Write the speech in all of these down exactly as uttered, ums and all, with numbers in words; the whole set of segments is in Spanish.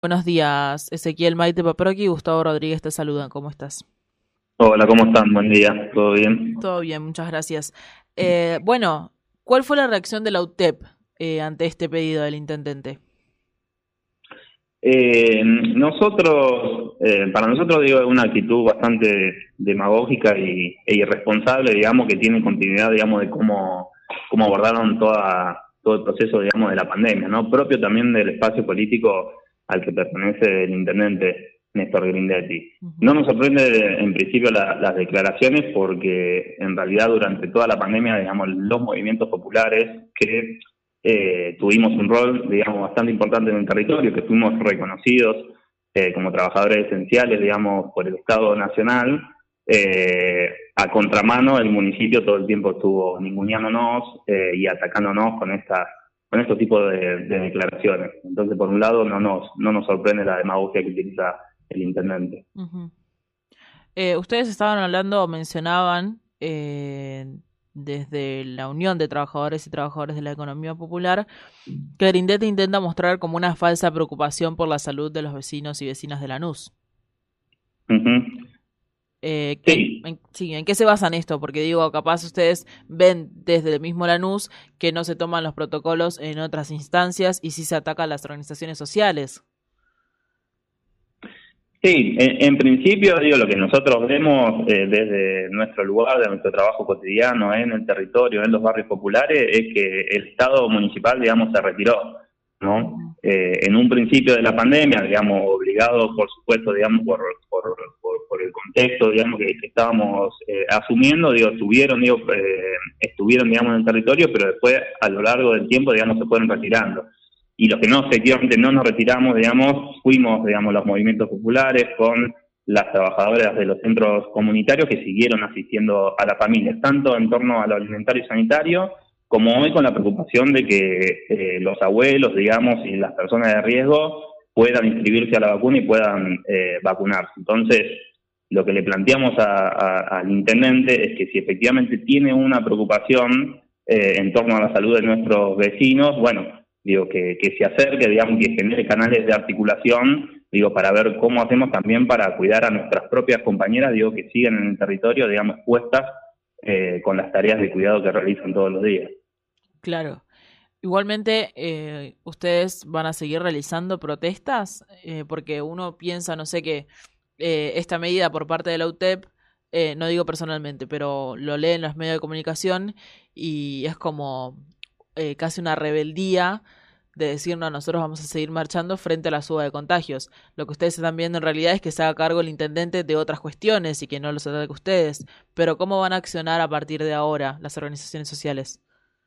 Buenos días, Ezequiel, Maite Paproqui y Gustavo Rodríguez te saludan. ¿Cómo estás? Hola, ¿cómo están? Buen día, ¿todo bien? Todo bien, muchas gracias. Eh, bueno, ¿cuál fue la reacción de la U T E P eh, ante este pedido del intendente? Eh, nosotros, eh, para nosotros digo, es una actitud bastante demagógica y, e irresponsable, digamos, que tiene continuidad, digamos, de cómo, cómo abordaron toda, todo el proceso, digamos, de la pandemia, ¿no? Propio también del espacio político al que pertenece el intendente Néstor Grindetti. No Ujú. nos sorprende en principio la, las declaraciones porque en realidad durante toda la pandemia, digamos, los movimientos populares que eh, tuvimos un rol, digamos, bastante importante en el territorio, que fuimos reconocidos eh, como trabajadores esenciales, digamos, por el Estado Nacional. Eh, a contramano, el municipio todo el tiempo estuvo ninguneándonos eh, y atacándonos con esta, con estos tipos de, de declaraciones. Entonces, por un lado, no nos, no nos sorprende la demagogia que utiliza el intendente. Ujú. Eh, ustedes estaban hablando o mencionaban eh, desde la Unión de Trabajadores y Trabajadores de la Economía Popular que Grindetti intenta mostrar como una falsa preocupación por la salud de los vecinos y vecinas de Lanús. Uh -huh. Eh, en, Sí, en, sí, ¿en qué se basan esto? Porque digo, capaz ustedes ven desde el mismo Lanús que no se toman los protocolos en otras instancias y sí se atacan las organizaciones sociales. Sí, en, en principio, digo, lo que nosotros vemos eh, desde nuestro lugar, de nuestro trabajo cotidiano en el territorio, en los barrios populares, es que el Estado municipal, digamos, se retiró, ¿no? Ujú. Eh, en un principio de la pandemia, digamos, obligado, por supuesto, digamos, por, por, por, por el contexto, digamos, que, que estábamos eh, asumiendo, digo, estuvieron, digo, eh, estuvieron, digamos, en el territorio, pero después, a lo largo del tiempo, digamos, se fueron retirando. Y los que no, efectivamente no nos retiramos, digamos, fuimos, digamos, los movimientos populares con las trabajadoras de los centros comunitarios que siguieron asistiendo a las familias, tanto en torno a lo alimentario y sanitario, como hoy con la preocupación de que eh, los abuelos, digamos, y las personas de riesgo puedan inscribirse a la vacuna y puedan eh, vacunarse. Entonces, lo que le planteamos a, a, al intendente es que si efectivamente tiene una preocupación eh, en torno a la salud de nuestros vecinos, bueno, digo, que, que se acerque, digamos, que genere canales de articulación, digo, para ver cómo hacemos también para cuidar a nuestras propias compañeras, digo, que siguen en el territorio, digamos, puestas eh, con las tareas de cuidado que realizan todos los días. Claro. Igualmente, eh, ustedes van a seguir realizando protestas, eh, porque uno piensa, no sé, que eh, esta medida por parte de la U T E P, eh, no digo personalmente, pero lo leen en los medios de comunicación y es como eh, casi una rebeldía de decir, no, nosotros vamos a seguir marchando frente a la suba de contagios. Lo que ustedes están viendo en realidad es que se haga cargo el intendente de otras cuestiones y que no los ataque ustedes. Pero ¿cómo van a accionar a partir de ahora las organizaciones sociales?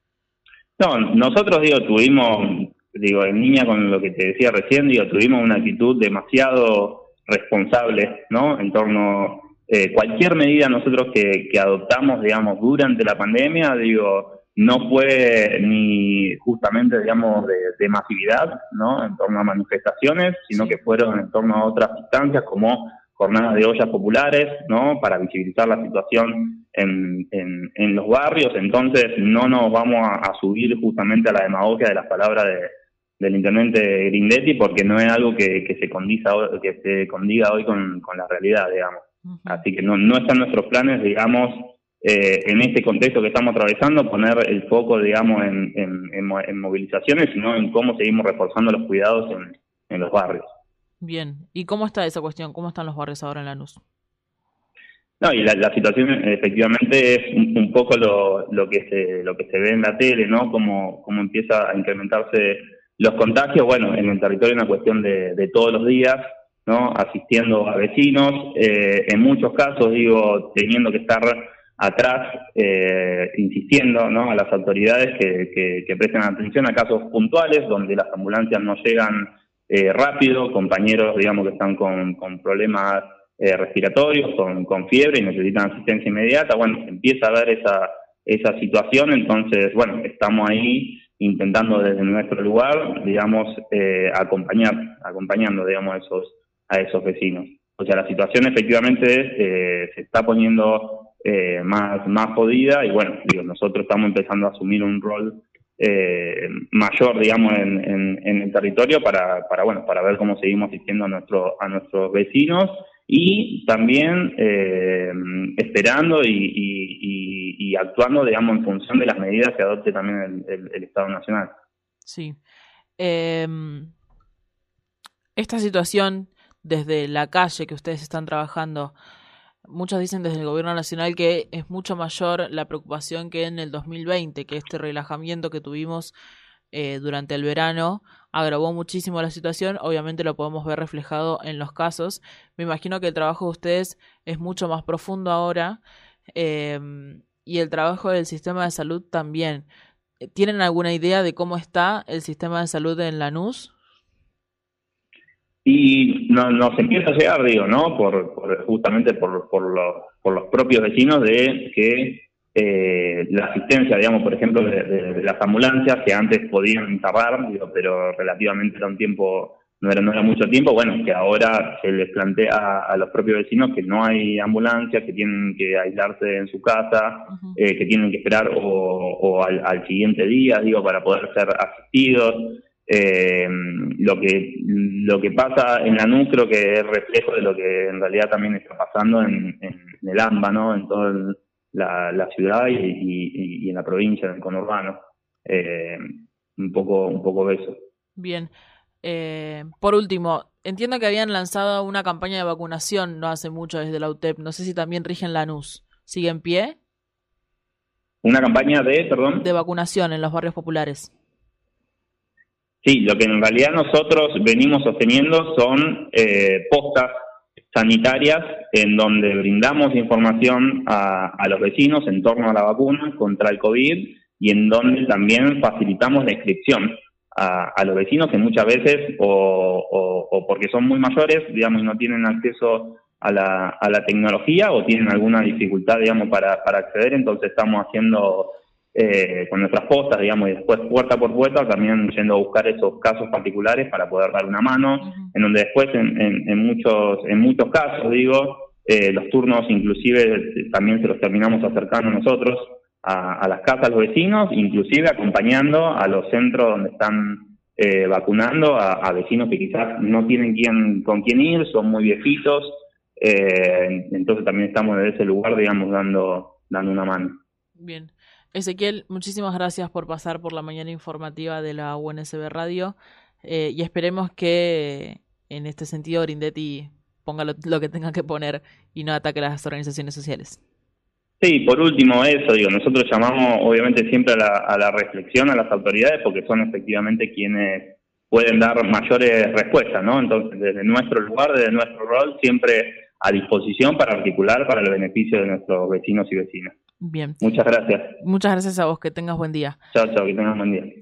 No, nosotros, digo, tuvimos, digo, en línea con lo que te decía recién, digo, tuvimos una actitud demasiado responsable, ¿no? En torno, eh, cualquier medida nosotros que, que adoptamos, digamos, durante la pandemia, digo, no fue ni justamente, digamos, de, de masividad, ¿no? En torno a manifestaciones, sino Sí. que fueron en torno a otras instancias como jornadas de ollas populares, ¿no? Para visibilizar la situación en, en, en los barrios. Entonces no nos vamos a, a subir justamente a la demagogia de las palabras de, del intendente Grindetti, porque no es algo que, que se condiza que se condiga hoy con, con la realidad, digamos. Ujú. Así que no, no están nuestros planes, digamos, eh, en este contexto que estamos atravesando, poner el foco, digamos, en, en, en, en movilizaciones, sino en cómo seguimos reforzando los cuidados en, en los barrios. Bien. ¿Y cómo está esa cuestión? ¿Cómo están los barrios ahora en Lanús? No, y la, la situación efectivamente es un, un poco lo, lo que se lo que se ve en la tele, ¿no? Cómo, cómo empieza a incrementarse los contagios. Bueno, en el territorio es una cuestión de, de todos los días, ¿no? Asistiendo a vecinos, eh, en muchos casos, digo, teniendo que estar atrás, eh, insistiendo, ¿no? A las autoridades que, que, que presten atención a casos puntuales donde las ambulancias no llegan eh, rápido, compañeros, digamos, que están con, con problemas eh, respiratorios, con, con fiebre y necesitan asistencia inmediata. Bueno, empieza a dar esa, esa situación, entonces, bueno, estamos ahí intentando desde nuestro lugar, digamos, eh, acompañar, acompañando, digamos, a esos, a esos vecinos. O sea, la situación efectivamente eh, se está poniendo eh, más, más jodida y bueno, digo, nosotros estamos empezando a asumir un rol eh, mayor, digamos, en, en, en el territorio para, para, bueno, para ver cómo seguimos asistiendo a, nuestro, a nuestros vecinos y también eh, esperando y, y, y, y actuando, digamos, en función de las medidas que adopte también el, el, el Estado Nacional. Sí. Eh, esta situación desde la calle que ustedes están trabajando, muchos dicen desde el gobierno nacional que es mucho mayor la preocupación que en el dos mil veinte, que este relajamiento que tuvimos eh, durante el verano agravó muchísimo la situación. Obviamente lo podemos ver reflejado en los casos. Me imagino que el trabajo de ustedes es mucho más profundo ahora eh, y el trabajo del sistema de salud también. ¿Tienen alguna idea de cómo está el sistema de salud en Lanús? Y no, nos empieza a llegar, digo, ¿no? Por, por justamente por, por, los, por los propios vecinos de que eh, la asistencia, digamos, por ejemplo, de, de, de las ambulancias que antes podían tardar, digo, pero relativamente era un tiempo, no era, no era mucho tiempo, bueno, que ahora se les plantea a los propios vecinos que no hay ambulancias, que tienen que aislarse en su casa, uh-huh. eh, que tienen que esperar o, o al, al siguiente día, digo, para poder ser asistidos. Eh, lo que lo que pasa en Lanús creo que es reflejo de lo que en realidad también está pasando en, en, en el AMBA, ¿no? En toda el, la, la ciudad y, y, y en la provincia, en el conurbano. Eh, un poco un poco de eso. Bien. Eh, por último, entiendo que habían lanzado una campaña de vacunación no hace mucho desde la U T E P. No sé si también rige en Lanús. ¿Sigue en pie? Una campaña de, perdón. De vacunación en los barrios populares. Sí, lo que en realidad nosotros venimos sosteniendo son eh, postas sanitarias en donde brindamos información a, a los vecinos en torno a la vacuna contra el COVID y en donde también facilitamos la inscripción a, a los vecinos que muchas veces o, o, o porque son muy mayores, digamos, y no tienen acceso a la, a la tecnología o tienen alguna dificultad, digamos, para, para acceder, entonces estamos haciendo... Eh, con nuestras postas, digamos, y después puerta por puerta, también yendo a buscar esos casos particulares para poder dar una mano, uh-huh. en donde después en, en, en muchos en muchos casos, digo, eh, los turnos inclusive también se los terminamos acercando nosotros a, a las casas, a los vecinos, inclusive acompañando a los centros donde están eh, vacunando a, a vecinos que quizás no tienen quién, con quién ir, son muy viejitos, eh, entonces también estamos desde ese lugar, digamos, dando, dando una mano. Bien. Ezequiel, muchísimas gracias por pasar por la mañana informativa de la U N S B Radio eh, y esperemos que en este sentido Grindetti ponga lo, lo que tenga que poner y no ataque a las organizaciones sociales. Sí, por último eso, digo, nosotros llamamos obviamente siempre a la, a la reflexión a las autoridades porque son efectivamente quienes pueden dar mayores respuestas, ¿no? Entonces, desde nuestro lugar, desde nuestro rol, siempre a disposición para articular para el beneficio de nuestros vecinos y vecinas. Bien. Muchas gracias. Muchas gracias a vos, que tengas buen día. Chao, chao, que tengas buen día.